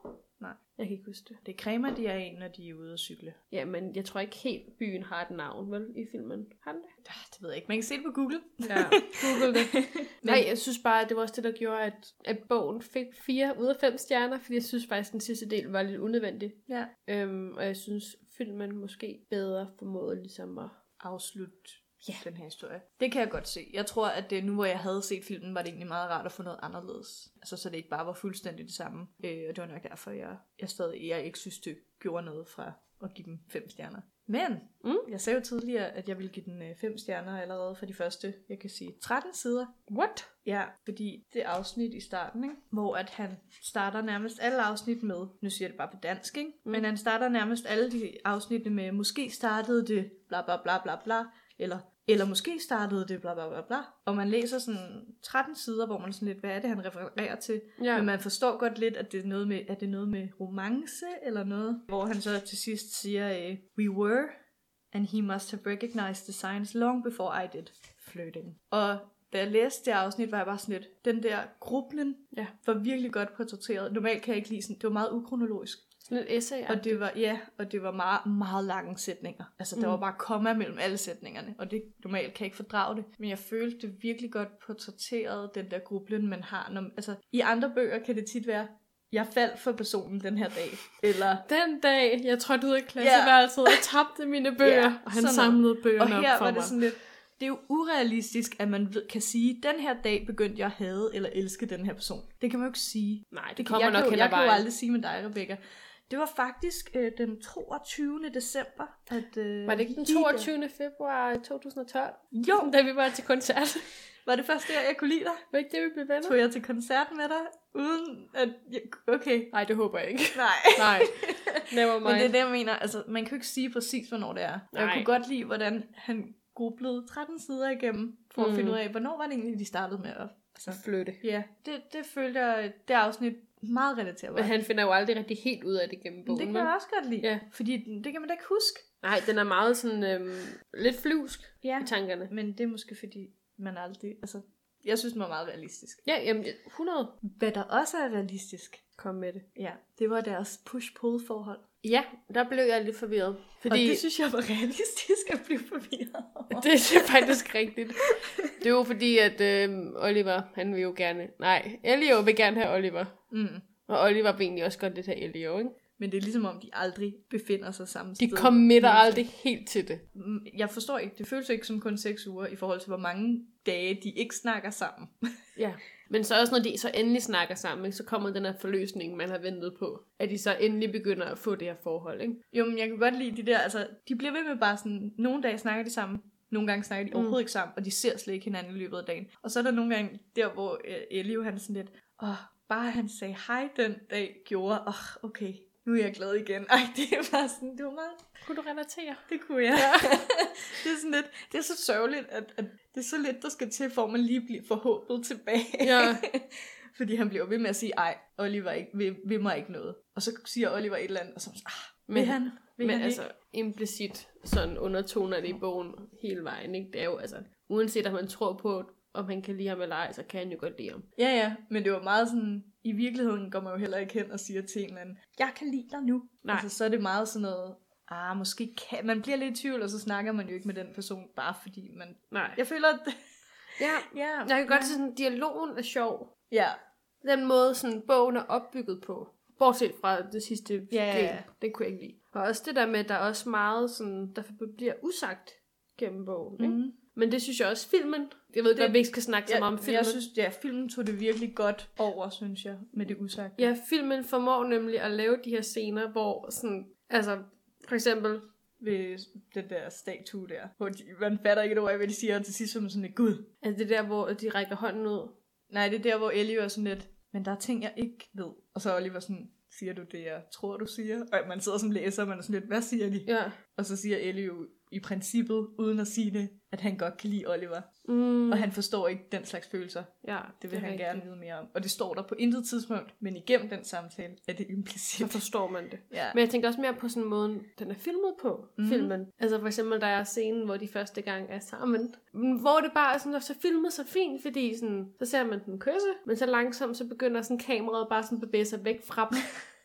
Nej. Jeg kan ikke huske det. Det er Kræmer, de er en, når de er ude at cykle. Ja, men jeg tror ikke helt, byen har et navn, vel, i filmen. Har den det? Det ved jeg ikke. Man kan se det på Google. Ja, Google det. Nej, jeg synes bare, at det var også det, der gjorde, at, at bogen fik fire ud af fem stjerner, fordi jeg synes faktisk, at den sidste del var lidt unødvendig. Ja. Øhm, og jeg synes, filmen måske bedre formåede ligesom at Afslutte ja. den her historie. Det kan jeg godt se. Jeg tror, at det, nu hvor jeg havde set filmen, var det egentlig meget rart at få noget anderledes. Altså, så det ikke bare var fuldstændig det samme. Øh, og det var nok derfor, jeg, jeg stadig jeg ikke synes, det gjorde noget fra at give dem fem stjerner. Men, Mm. jeg sagde jo tidligere, at jeg ville give den øh, fem stjerner allerede for de første, jeg kan sige, tretten sider. What? Ja, fordi det afsnit i starten, ikke? Hvor at han starter nærmest alle afsnit med, nu siger jeg det bare på dansk, ikke? Mm. Men han starter nærmest alle de afsnittene med, måske startede det bla bla bla bla bla, eller, eller måske startede det bla bla bla bla. Og man læser sådan tretten sider, hvor man sådan lidt, hvad er det, han refererer til? Ja. Men man forstår godt lidt, at det er noget med, at det er noget med romance eller noget. Hvor han så til sidst siger, øh, we were, and he must have recognized the signs long before I did. Flirting. Og da jeg læste det afsnit, var jeg bare sådan lidt, den der grublen Ja. var virkelig godt portrætteret. Normalt kan jeg ikke lide sådan, det var meget ukronologisk. Sådan et essay. Og det var, ja, og det var meget, meget lange sætninger. Altså, der Mm. var bare komma mellem alle sætningerne, og det normalt kan jeg ikke fordrage det. Men jeg følte det virkelig godt portrætteret, den der grublen, man har. Når, altså, i andre bøger kan det tit være, jeg faldt for personen den her dag. Eller, Den dag, jeg trådte ud af klasseværelset og tabte mine bøger, Ja, og han sådan samlede bøgerne og op her for var mig. det sådan lidt, det er jo urealistisk, at man ved, kan sige, den her dag begyndte jeg at hade eller elske den her person. Det kan man jo ikke sige. Nej, det, Det kommer jeg nok kan, hen jo- ad Jeg kan jo vejen. aldrig sige med dig, Rebecca. Det var faktisk øh, den toogtyvende december, at... Øh, Var det ikke den de- toogtyvende februar to tusind og tolv? Jo, Da vi var til koncert. var det første år, jeg kunne lide dig? Var ikke det, vi blev venner? Tog jeg til koncert med dig, uden at... Jeg, okay, Nej, det håber jeg ikke. nej. Nej, never mind. Men det er det, jeg mener. Altså, man kan jo ikke sige præcis, hvornår det er. Jeg Nej. kunne godt lide, hvordan han grublede tretten sider igennem, for at Mm. finde ud af, hvornår var det egentlig, de startede med at... Altså, Flytte. ja, det, det følte jeg, det afsnit meget relaterbart. Men han finder jo aldrig rigtig helt ud af det gennem bogen. Det kan vel? jeg også godt lide, Ja. fordi den- det kan man da ikke huske. Nej, den er meget sådan øhm, lidt flyvsk Ja. i tankerne. Men det er måske fordi, man aldrig... Altså, jeg synes, den var meget realistisk. Ja, jamen hundrede. Hvad der også er realistisk, Kom med det. ja, det var deres push-pull-forhold. Ja, der blev jeg lidt forvirret. Fordi Og det synes jeg var realistisk at blive forvirret over. det er faktisk rigtigt. Det er jo fordi, at øhm, Oliver, han vil jo gerne... Nej, Elio vil gerne have Oliver. Mm. Og Oliver vil egentlig også godt lidt have Elio, ikke? Men det er ligesom om, de aldrig befinder sig samme De sted. committer aldrig helt til det. Mm, Jeg forstår ikke, det føles ikke som kun seks uger, i forhold til hvor mange dage, de ikke snakker sammen. Ja. Men så også, når de så endelig snakker sammen, ikke, så kommer den her forløsning, man har ventet på. At de så endelig begynder at få det her forhold, ikke? Jo, men jeg kan godt lide de der, altså, de bliver ved med bare sådan, nogle dage snakker de sammen, nogle gange snakker de Mm. overhovedet ikke sammen, og de ser slet ikke hinanden i løbet af dagen. Og så er der nogle gange der, hvor øh, Elio, han er sådan lidt, åh, bare han sagde hej den dag, gjorde, åh, oh, okay, nu er jeg glad igen. Ej, det var sådan, det var meget, Kunne du relatere? det kunne jeg. Ja. Det er sådan lidt, det er så sørgeligt, at, at det er så lidt, der skal til, for at man lige bliver forhåbet tilbage. Ja. Fordi han bliver ved med at sige, ej, Oliver ikke, vil, vil mig ikke noget. Og så siger Oliver et eller andet, og så er man sådan, ah, vil Men- han? Vil Men han altså, ikke? implicit sådan undertonerne i bogen hele vejen, ikke? Det er jo altså, uanset om man tror på, om han kan lide ham eller ej, så kan han jo godt lide ham. Ja, ja, men det var meget sådan, i virkeligheden går man jo heller ikke hen og siger til en eller anden, jeg kan lide dig nu. Nej. Altså, så er det meget sådan noget, ah, måske kan, man bliver lidt i tvivl, og så snakker man jo ikke med den person, bare fordi man, Nej. jeg føler, at, Ja, ja, jeg kan godt se, sådan, dialogen er sjov. ja, Den måde, sådan, bogen er opbygget på. Bortset fra det sidste Ja, ja, ja. del. Den kunne jeg ikke lide. Og også det der med, at der er også meget, sådan, der bliver usagt gennem bogen. Ikke? mm. Men det synes jeg også, filmen... Jeg ved Det- godt, at vi ikke skal snakke så jeg, meget om filmen. jeg synes, ja, filmen tog det virkelig godt over, synes jeg, med det usagte. Ja, filmen formår nemlig at lave de her scener, hvor sådan... Altså, for eksempel... Ved den der statue der, hvor de, man fatter ikke et ord af, hvad de siger, og til sidst er man sådan lidt, gud. Altså det der, hvor de rækker hånden ud. Nej, det er der, hvor Ellie er sådan lidt, men der er ting, jeg ikke ved. Og så er Oliver sådan, siger du det, jeg tror, du siger? Og man sidder som læser, og man er sådan lidt, hvad siger de? Ja. Og så siger Ellie jo i princippet, uden at sige det, at han godt kan lide Oliver. Mm. Og han forstår ikke den slags følelser. Ja, Det vil er han rigtigt. gerne vide mere om. Og det står der på intet tidspunkt, men igennem den samtale er det Så implicit. forstår man det. Ja. Men jeg tænker også mere på sådan en måde, den er filmet på, Mhm. mm. filmen. Altså for eksempel, der er scenen, hvor de første gang er sammen. Hvor det bare er sådan, så filmet så fint, fordi sådan, så ser man den kysse, men så langsomt, så begynder sådan kameraet bare sådan bevæge sig væk fra dem.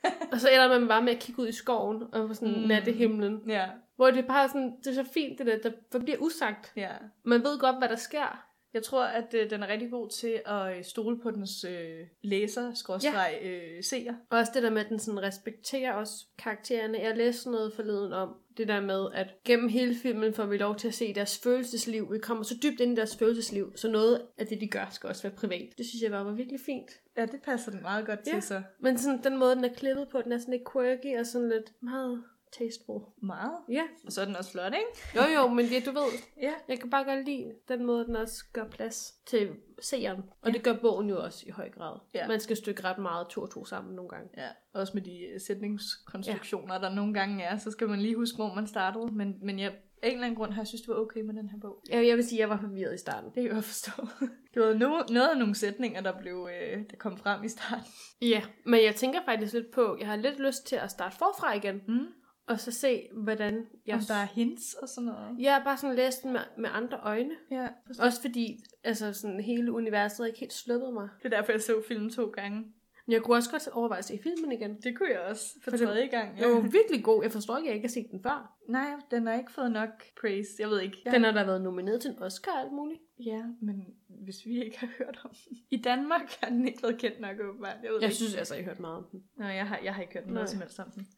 Og så ender man bare med at kigge ud i skoven og på sådan Mm. nattehimlen. Ja. Hvor det bare er sådan, det er så fint, det der, der forbliver usagt. Ja. Man ved godt, hvad der sker. Jeg tror, at øh, den er rigtig god til at øh, stole på dens øh, læser, skråstreg, øh, seer. Og også det der med, at den sådan respekterer også karaktererne. Jeg læste noget forleden om det der med, at gennem hele filmen får vi lov til at se deres følelsesliv. Vi kommer så dybt ind i deres følelsesliv, så noget af det, de gør, skal også være privat. Det synes jeg bare var virkelig fint. Ja, det passer den meget godt Ja. til så. Men sådan den måde, den er klippet på, den er sådan lidt quirky og sådan lidt meget tasteful. Meget. Ja. Og så er den også flot, ikke? Jo jo, men ja, du ved, Ja. jeg kan bare godt lide den måde, den også gør plads til seeren. Og ja. Det gør bogen jo også i høj grad. Ja. Man skal stykke ret meget to og to sammen nogle gange. Ja, også med de øh, sætningskonstruktioner, ja. der nogle gange er, så skal man lige huske, hvor man startede. Men, men jeg, af en eller anden grund har jeg synes, det var okay med den her bog. Jeg, jeg vil sige, at jeg var forvirret i starten. Det kan jeg forstå. Det var no, noget af nogle sætninger, der blev øh, der kom frem i starten. Ja, men jeg tænker faktisk lidt på, jeg har lidt lyst til at starte forfra igen. Mm. Og så se, hvordan jeg... Om der er hints og sådan noget. Jeg har bare sådan læst den med, med andre øjne. Ja, Også fordi, altså sådan hele universet har ikke helt sluppet mig. det er derfor, jeg så filmen to gange. Men jeg kunne også godt overveje at se filmen igen. Det kunne jeg også for, For tredje gang. Den var virkelig god. Jeg forstår ikke, at jeg ikke har set den før. Nej, den har ikke fået nok praise. Jeg ved ikke. Jeg... Den har da været nomineret til en Oscar og alt muligt. Ja, men hvis vi ikke har hørt om den. I Danmark har den ikke været kendt nok, åbenbart. Jeg ved Jeg ikke. synes altså, jeg har hørt meget om den. Nå, jeg har, jeg har ikke hørt noget Nej. som helst om den.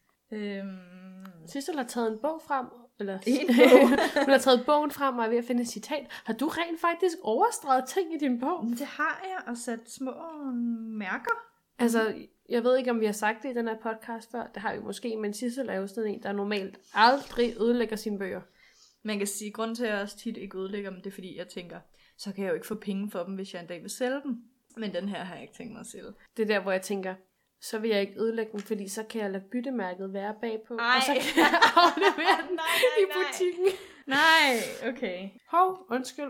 Øhm... Sissel har taget en bog frem. Eller En bog? Hun har taget bogen frem og er ved at finde et citat. Har du rent faktisk overstreget ting i din bog? Det har jeg, og sat små mærker. Altså, jeg ved ikke, om vi har sagt det i den her podcast før. Det har vi måske, men Sissel er jo sådan en, der normalt aldrig ødelægger sine bøger. Man kan sige, at grunden til, at jeg også tit ikke udlægger dem, det er fordi, jeg tænker, så kan jeg jo ikke få penge for dem, hvis jeg en dag vil sælge dem. Men den her har jeg ikke tænkt mig at sælge. Det er der, hvor jeg tænker, så vil jeg ikke ødelægge den, fordi så kan jeg lade byttemærket være bagpå. Ej. Og så kan jeg aflevere den Nej, nej, i nej. butikken. Nej, okay. Hov, undskyld.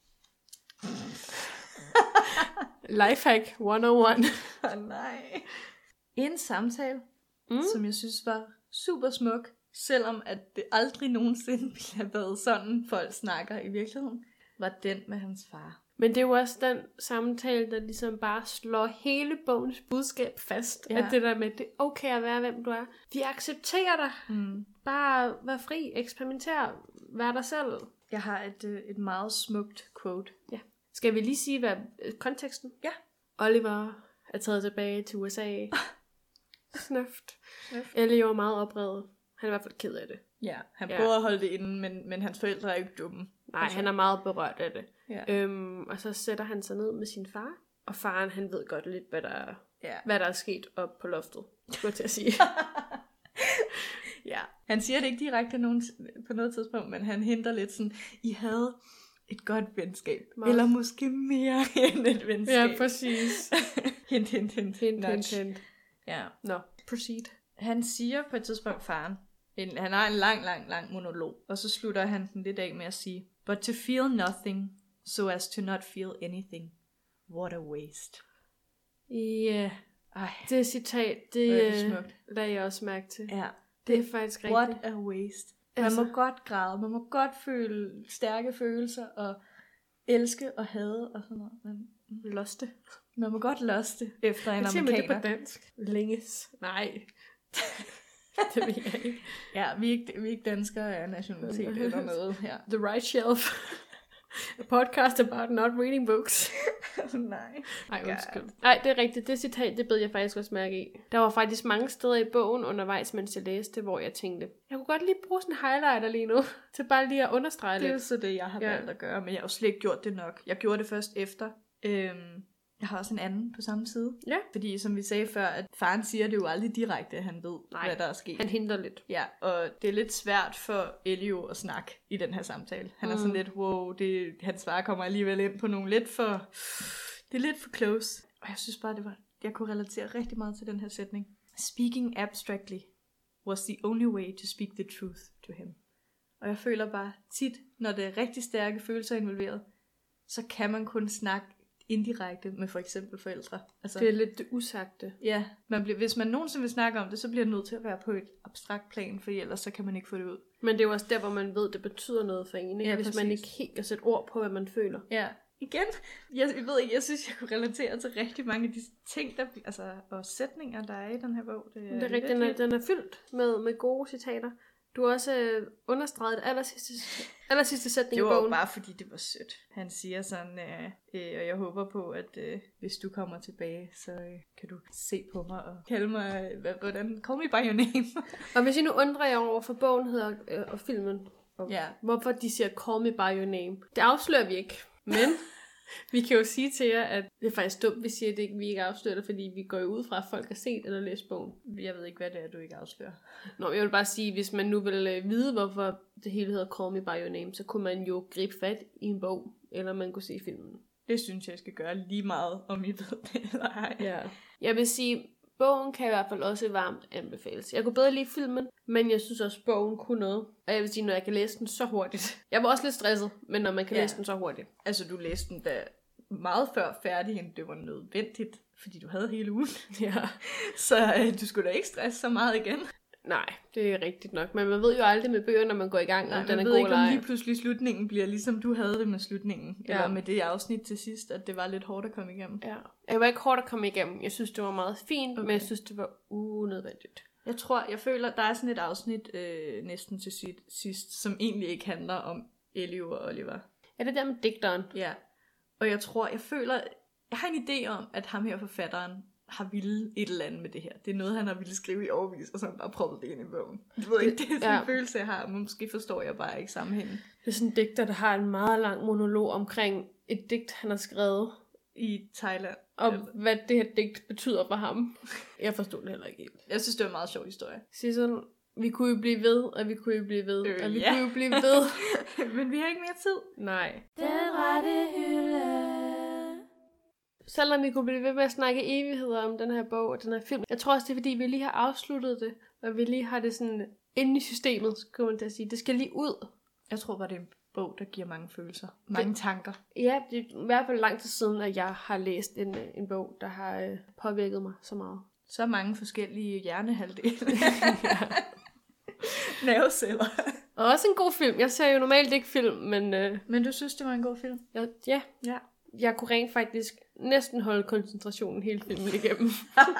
Lifehack et nul et. Oh, nej. En samtale, Mm. mm. som jeg synes var super smuk, selvom at det aldrig nogensinde ville have været sådan, folk snakker i virkeligheden, var den med hans far. Men det er jo også den samtale, der ligesom bare slår hele bogens budskab fast. Ja. At det der med, det er okay at være, hvem du er. Vi accepterer dig. Mm. Bare vær fri, eksperimenter, vær dig selv. Jeg har et, øh, et meget smukt quote. Ja. Skal vi lige sige, hvad øh, konteksten? Ja. Oliver er taget tilbage til U S A. Snøft. Snøft. Ellie var meget oprevet. Han er i hvert fald ked af det. Ja, han Ja. prøver at holde det inde, men, men hans forældre er ikke dumme. Nej, Altså. han er meget berørt af det. Ja. Øhm, og så sætter han sig ned med sin far. Og faren, han ved godt lidt, hvad der er, Ja. hvad der er sket op på loftet. Skulle jeg til at sige. Ja. Han siger det ikke direkte nogen, på noget tidspunkt, men han henter lidt sådan, I havde et godt venskab. Meget. Eller måske mere end et venskab. Ja, præcis. hint, hint, hint. Hint, Nudge. hint, hint. Ja. Nå, proceed. Han siger på et tidspunkt, faren, en, han har en lang, lang, lang monolog, og så slutter han den lidt af med at sige, but to feel nothing, so as to not feel anything. What a waste. Ja, Ej, det citat, det, Hvor er det øh, smukt. lagde jeg også mærke til. ja. Det er faktisk rigtigt. What a waste. Man Altså- må godt græde, man må godt føle stærke følelser, og elske og hade og sådan noget. Men Loste. man må godt loste efter en Hvad siger man det på amerikaner. dansk? Længes. Nej. Det ved jeg ikke. Ja, vi er ikke, vi er ikke danskere af nationalitet eller noget her. The Right Shelf. A podcast about not reading books. Nej. Nej, God. undskyld. Nej, det er rigtigt. Det citat, det bed jeg faktisk også mærke i. Der var faktisk mange steder i bogen undervejs, mens jeg læste, hvor jeg tænkte, jeg kunne godt lige bruge sådan en highlighter lige nu, til bare lige at understrege Det er jo lidt. så det, jeg har Ja. valgt at gøre, men jeg har jo slet ikke gjort det nok. Jeg gjorde det først efter. Øhm, jeg har også en anden på samme side. Ja. Fordi som vi sagde før, at faren siger det jo aldrig direkte, at han ved, Nej. hvad der er sket. Han hindrer lidt. Ja, og det er lidt svært for Elio at snakke i den her samtale. Han er Mm. sådan lidt, wow, det, hans svar kommer alligevel ind på nogle lidt for... Det er lidt for close. Og jeg synes bare, det var, jeg kunne relatere rigtig meget til den her sætning. Speaking abstractly was the only way to speak the truth to him. Og jeg føler bare tit, når det er rigtig stærke følelser involveret, så kan man kun snakke indirekte med for eksempel forældre. Altså, Det er lidt det usagte. ja, man bliver, hvis man nogensinde vil snakke om det, så bliver det nødt til at være på et abstrakt plan, for ellers så kan man ikke få det ud. Men det er jo også der, hvor man ved, det betyder noget for en, ikke? Ja, Hvis præcis. man ikke helt kan sætte ord på, hvad man føler. Ja, igen, jeg, jeg ved ikke, jeg synes, jeg kunne relatere til rigtig mange af de ting, der, altså, og sætninger, der er i den her bog. Det er, Det er rigtigt, den er, den er fyldt med, med gode citater. Du har også øh, understreget aller sidste, aller sidste sætning Det i var jo bogen. bare fordi, det var sødt. Han siger sådan, øh, øh, og jeg håber på, at øh, hvis du kommer tilbage, så øh, kan du se på mig og kalde mig, hvad, hvordan, call me by your name. Og hvis I nu undrer jer over, hvorfor bogen hedder, øh, og filmen, og Ja. hvorfor de siger call me by your name, det afslører vi ikke. Men vi kan jo sige til jer, at det er faktisk dumt, vi siger, at det ikke, vi ikke afslører det, fordi vi går jo ud fra, at folk har set eller læst bogen. Jeg ved ikke, hvad det er, du ikke afslører. Nå, jeg vil bare sige, hvis man nu vil øh, vide, hvorfor det hele hedder Call Me By Your Name, så kunne man jo gribe fat i en bog, eller man kunne se filmen. Det synes jeg, jeg skal gøre lige meget, om I ved det eller ej. Ja. Jeg vil sige, bogen kan i hvert fald også varmt anbefales. Jeg kunne bedre lide filmen, men jeg synes også, bogen kunne noget. Og jeg vil sige, når jeg kan læse den så hurtigt. Jeg var også lidt stresset, men når man kan Ja. læse den så hurtigt. Altså, du læste den da meget før færdig, end det var nødvendigt, fordi du havde hele ugen. Ja. Så øh, du skulle da ikke stresse så meget igen. Nej, det er rigtigt nok. Men man ved jo aldrig med bøger, når man går i gang, Nej, om den man er ved god ikke, eller om ej. lige pludselig slutningen bliver ligesom du havde det med slutningen. Ja. Eller med det afsnit til sidst, at det var lidt hårdt at komme igennem. Ja. Jeg var ikke hårdt at komme igennem. Jeg synes, det var meget fint, okay. Okay. men jeg synes, det var unødvendigt. Jeg tror, jeg føler, der er sådan et afsnit øh, næsten til sit- sidst, som egentlig ikke handler om Ellie og Oliver. Ja, det der med digteren. Ja. Og jeg tror, jeg føler, jeg har en idé om, at ham her forfatteren har ville et eller andet med det her. Det er noget, han har ville skrive i overvis, og så har han bare proppet det ind i bogen. Jeg ved ikke, det er sådan Ja. en følelse, jeg har. Måske forstår jeg bare ikke sammenhængen. Det er sådan en digter, der har en meget lang monolog omkring et digt, han har skrevet, I Thailand. og Eller- hvad det her digt betyder for ham. Jeg forstod det heller ikke helt. Jeg synes, det var en meget sjov historie. Sissel, vi kunne jo blive ved, og vi kunne jo blive ved, Øh, og vi ja. kunne jo blive ved. Men vi har ikke mere tid. Nej. Den rette hylde. Selvom vi kunne blive ved med at snakke evigheder om den her bog og den her film. Jeg tror også, det er fordi, vi lige har afsluttet det, og vi lige har det sådan inde i systemet, så kunne man da sige. Det skal lige ud. Jeg tror bare, det er en bog, der giver mange følelser. Mange det... tanker. Ja, det er i hvert fald lang tid siden, at jeg har læst en, en bog, der har øh, påvirket mig så meget. Så mange forskellige hjernehalvdele. Nerveceller. Og også en god film. Jeg ser jo normalt ikke film, men øh, Men du synes, det var en god film? jeg, ja, Ja. jeg kunne rent faktisk næsten holde koncentrationen hele filmen igennem.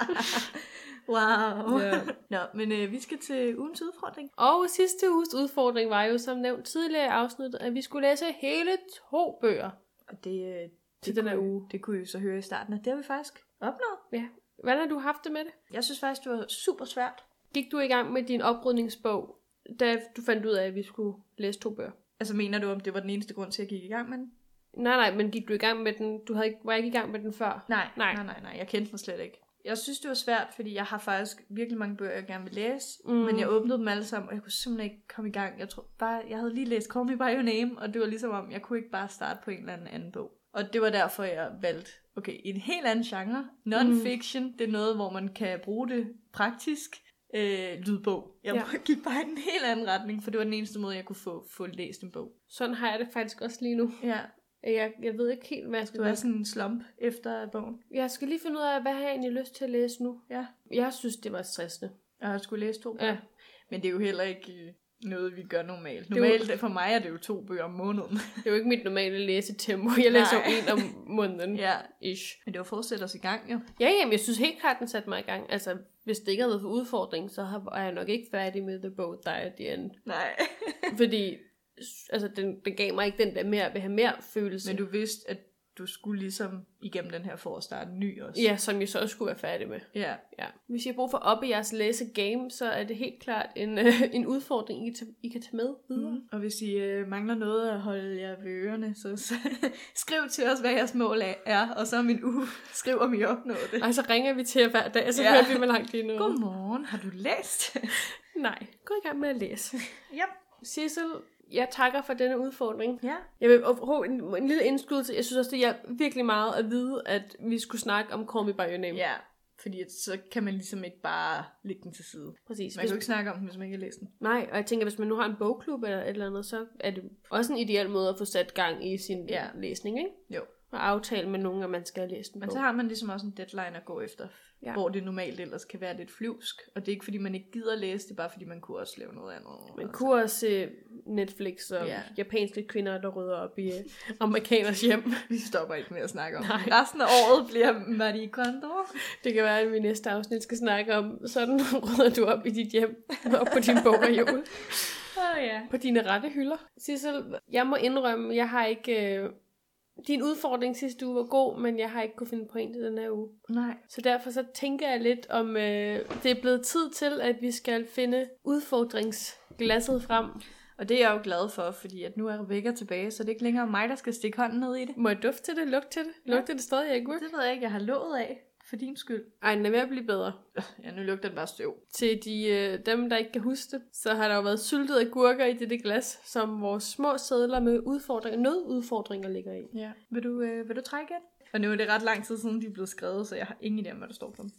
Wow. Ja. Nå, men øh, vi skal til ugens udfordring. Og sidste uges udfordring var jo, som nævnt tidligere i afsnittet, at vi skulle læse hele to bøger. Og det, øh, det, Til den her kunne- uge. Det kunne I så høre i starten, at det har vi faktisk opnået. Ja. Hvordan har du haft det med det? Jeg synes faktisk, det var super svært. Gik du i gang med din oprydningsbog, da du fandt ud af, at vi skulle læse to bøger? Altså, mener du, om det var den eneste grund til, at jeg gik i gang med den? Nej, nej, men gik du i gang med den? Du havde ikke, var ikke i gang med den før? Nej, Nej. nej, nej, nej. Jeg kendte den slet ikke. Jeg synes, det var svært, fordi jeg har faktisk virkelig mange bøger, jeg gerne vil læse. Mm. Mm. Men jeg åbnede dem alle sammen, og jeg kunne simpelthen ikke komme i gang. Jeg tror bare, jeg havde lige læst Call Me By Your Name, og det var ligesom om, jeg kunne ikke bare starte på en eller anden anden bog. Og det var derfor, jeg valgte, okay, en helt anden genre. Non-fiction, mm. det er noget, hvor man kan bruge det praktisk. Øh, lydbog. Jeg Ja. ja. gik bare i en helt anden retning, for det var den eneste måde, jeg kunne få, få læst en bog. Sådan har jeg det faktisk også lige nu. Ja, Jeg, jeg ved ikke helt, hvad jeg skal du er gøre. sådan en slump efter bogen. Jeg skal lige finde ud af, hvad har jeg egentlig lyst til at læse nu. Ja. Jeg synes, det var stressende. Jeg har skulle læse to bøger. Ja. Men det er jo heller ikke øh, noget, vi gør normalt. er jo- Normalt, for mig er det jo to bøger om måneden. Det er jo ikke mit normale læsetempo. Jeg læser jo Nej. en om måneden. ja. Ish. Men det var for at sætte os i gang, jo. Ja, jamen, jeg synes helt klart, den satte mig i gang. Altså, hvis det ikke havde været for udfordring, så har- er jeg nok ikke færdig med The Boat Die at the End. Nej. Fordi, altså, den, den gav mig ikke den der mere, vil have mere følelse. Men du vidste, at du skulle ligesom igennem den her for at starte en ny også. Ja, som jeg så også skulle være færdig med. Ja. Ja. Hvis I har brug for op i jeres læsegame, så er det helt klart en, øh, en udfordring, I, kan tage- I kan tage med videre. Mm. Og hvis I øh, mangler noget at holde jer ved ørerne, så, så skriv til os, hvad jeres mål er, og så om en uge skriv, om I opnåede det. Og så ringer vi til jer hver dag, og så Ja. hører vi, hvor langt I er nået. Godmorgen, har du læst? Nej, gå i gang med at læse. Yep. Sissel, jeg takker for denne udfordring. Ja. Jeg vil få en, en lille indskydelse. Jeg synes også, det hjalp virkelig meget at vide, at vi skulle snakke om Call Me By Your Name. Ja, fordi at, så kan man ligesom ikke bare lægge den til side. Præcis. Man Hvis, kan jo ikke snakke om den, hvis man ikke har læst den. nej, og jeg tænker, hvis man nu har en bogklub eller et eller andet, så er det også en ideel måde at få sat gang i sin Ja. læsning, ikke? Jo. og aftale med nogen, at man skal læse en Men bog. så har man ligesom også en deadline at gå efter, Ja. ja. hvor det normalt ellers kan være lidt flyvsk. Og det er ikke fordi, man ikke gider læse, det er bare fordi, man kunne også lave noget andet. Man kunne også se Netflix og Ja. japanske kvinder, der rydder op i uh, amerikaners hjem. Vi stopper ikke med at snakke om. Nej. Resten af året bliver Marie Kondo. Det kan være, at vi næste afsnit skal snakke om, sådan rydder du op i dit hjem og på din bogreol. Åh oh, ja. På dine rette hylder. Sissel, jeg må indrømme, jeg har ikke... Øh, din udfordring sidste uge var god, men jeg har ikke kunne finde på en til den her uge. Nej. Så derfor så tænker jeg lidt om, øh, det er blevet tid til, at vi skal finde udfordringsglasset frem. Og det er jeg jo glad for, fordi at nu er Rebecca tilbage, så det er ikke længere mig, der skal stikke hånden ned i det. Må jeg dufte til det? Lugte til det? Ja. Lugter det stadig af agurk? Det ved jeg ikke, jeg har lovet af. For din skyld. Ej, den er ved at blive bedre. Ja, nu lugter den bare støv. Til de, øh, dem, der ikke kan huske det, så har der jo været syltede agurker i dette glas, som vores små sedler med udfordringer, nødudfordringer ligger i. Ja. Vil du, øh, vil du trække et? Og nu er det ret lang tid siden, de er blevet skrevet, så jeg har ingen idé om, hvad der står på dem.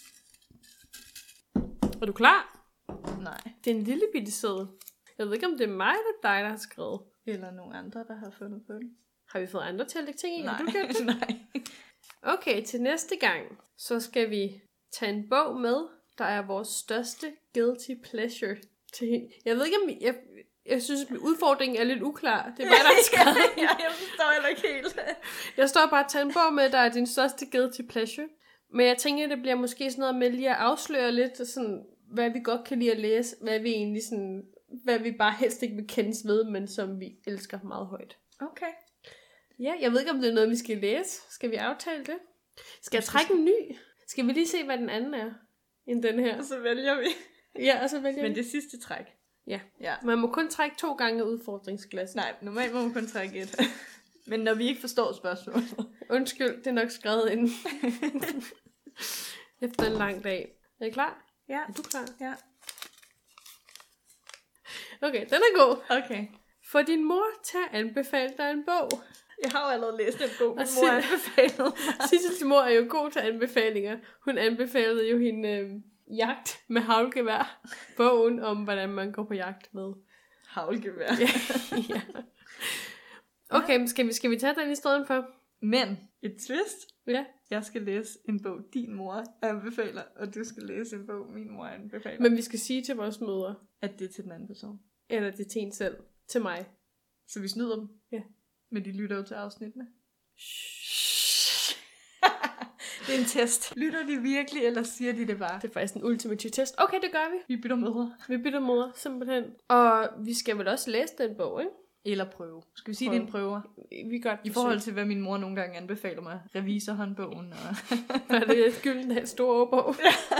Er du klar? Nej. Det er en lille bitte seddel. Jeg ved ikke, om det er mig eller dig, der har skrevet. Eller nogen andre, der har fundet på det. Har vi fået andre til at lægge ting i? Nej. Har du gjort det? Nej. Okay, til næste gang, så skal vi tage en bog med, der er vores største guilty pleasure. Til... Jeg ved ikke, om jeg, jeg synes, at udfordringen er lidt uklar. Det er bare, der er skrevet. ja, jeg forstår heller ikke helt. Jeg står bare og tager en bog med, der er din største guilty pleasure. Men jeg tænker, det bliver måske sådan noget med lige at afsløre lidt, sådan, hvad vi godt kan lide at læse, hvad vi egentlig sådan, hvad vi bare helst ikke vil kendes ved, men som vi elsker meget højt. Okay. Ja, jeg ved ikke, om det er noget, vi skal læse. Skal vi aftale det? Skal jeg trække en ny? Skal vi lige se, hvad den anden er, end den her? Og så vælger vi. Ja, og så vælger Men vi. det sidste træk. Ja. Ja. Man må kun trække to gange udfordringsglas. Nej, normalt må man kun trække et. Men når vi ikke forstår spørgsmålet. Undskyld, det er nok skrevet ind. Efter en lang dag. Er I klar? Ja. Er du klar? Ja. Okay, den er god. Okay. Få din mor til at anbefale dig en bog. Jeg har jo allerede læst en bog, min Og mor Sil- anbefalede mig. Sissels mor er jo god til anbefalinger. Hun anbefalede jo hende øh, jagt med haglgevær. Bogen om, hvordan man går på jagt med. Havlgevær. Ja. Okay, men skal vi, skal vi tage den i stedet for? Men et twist. Ja. Jeg skal læse en bog, din mor anbefaler, og du skal læse en bog, min mor anbefaler. Men vi skal sige til vores mødre, At det er til den anden person. eller det er til en selv, til mig. Så vi snyder dem. Ja. Men de lytter jo til afsnittene. Det er en test. Lytter de virkelig, eller siger de det bare? Det er faktisk en ultimativ test. Okay, det gør vi. Vi bytter mødre. Vi bytter mødre, simpelthen. Og vi skal vel også læse den bog, ikke? Eller prøve. Skal vi sige, Prøve. det er en prøver? Vi gør I forhold til, hvad min mor nogle gange anbefaler mig. Revisorhåndbogen. Og er det et gylden store bog.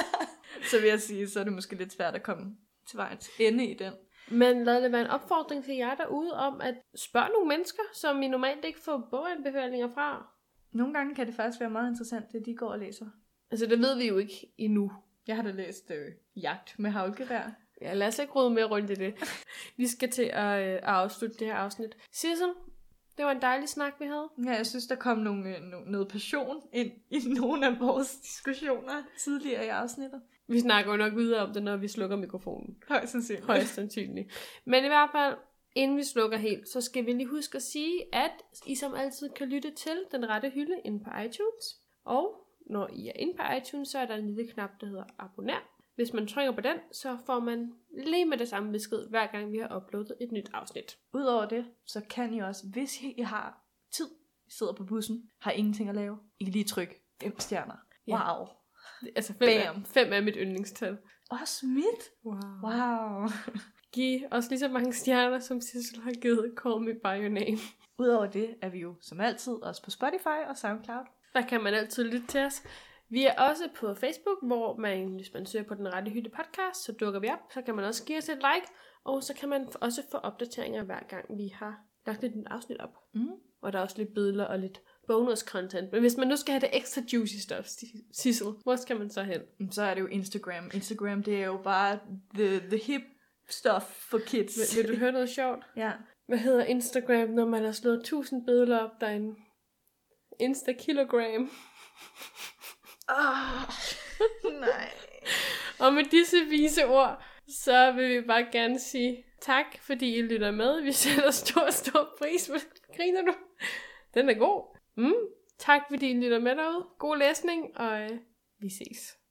så vil jeg sige, så er det måske lidt svært at komme til vejens ende i den. Men lad det være en opfordring til jer derude om at spørge nogle mennesker, som I normalt ikke får boganbefalinger fra. Nogle gange kan det faktisk være meget interessant, det de går og læser. Altså, det ved vi jo ikke endnu. Jeg har da læst øh, Jagt med haglgevær. Ja, lad os ikke rode mere rundt i det. Vi skal til at, øh, at afslutte det her afsnit. Sissel, det var en dejlig snak, vi havde. Ja, jeg synes, der kom nogle, øh, no, noget passion ind i nogle af vores diskussioner tidligere i afsnittet. Vi snakker jo nok videre om det, når vi slukker mikrofonen. Højst sandsynligt. Højst sandsynligt. Men i hvert fald, inden vi slukker helt, så skal vi lige huske at sige, at I som altid kan lytte til Den Rette Hylde inde på iTunes. Og når I er inde på iTunes, så er der en lille knap, der hedder abonner. Hvis man trykker på den, så får man lige med det samme besked, hver gang vi har uploadet et nyt afsnit. Udover det, så kan I også, hvis I har tid, I sidder på bussen, har ingenting at lave, I kan lige trykke fem stjerner. Ja. Wow. Altså fem er, Bam. fem er mit yndlingstal. Også mit? Wow. Wow. Giv os lige så mange stjerner, som Sissel har givet Call Me By Your Name. Udover det er vi jo som altid også på Spotify og SoundCloud. Der kan man altid lytte til os. Vi er også på Facebook, hvor man, hvis man søger på Den Rette Hylde podcast, så dukker vi op. Så kan man også give os et like, og så kan man også få opdateringer hver gang vi har lagt et nyt afsnit op. Mm. Og der er også lidt billeder og lidt bonus content. Men hvis man nu skal have det ekstra juicy stuff, Sissel, hvor skal man så hen? Så er det jo Instagram. Instagram, det er jo bare the, the hip stuff for kids. Vil, vil du høre noget sjovt? Ja. Hvad hedder Instagram, når man har slået tusind billeder op derinde? Insta-kilogram. Oh, nej. Og med disse vise ord, så vil vi bare gerne sige tak, fordi I lytter med. Vi sætter stor, stor pris på. Griner du? Den er god. Mm. Tak fordi I lytter med derude. God læsning, og øh, vi ses.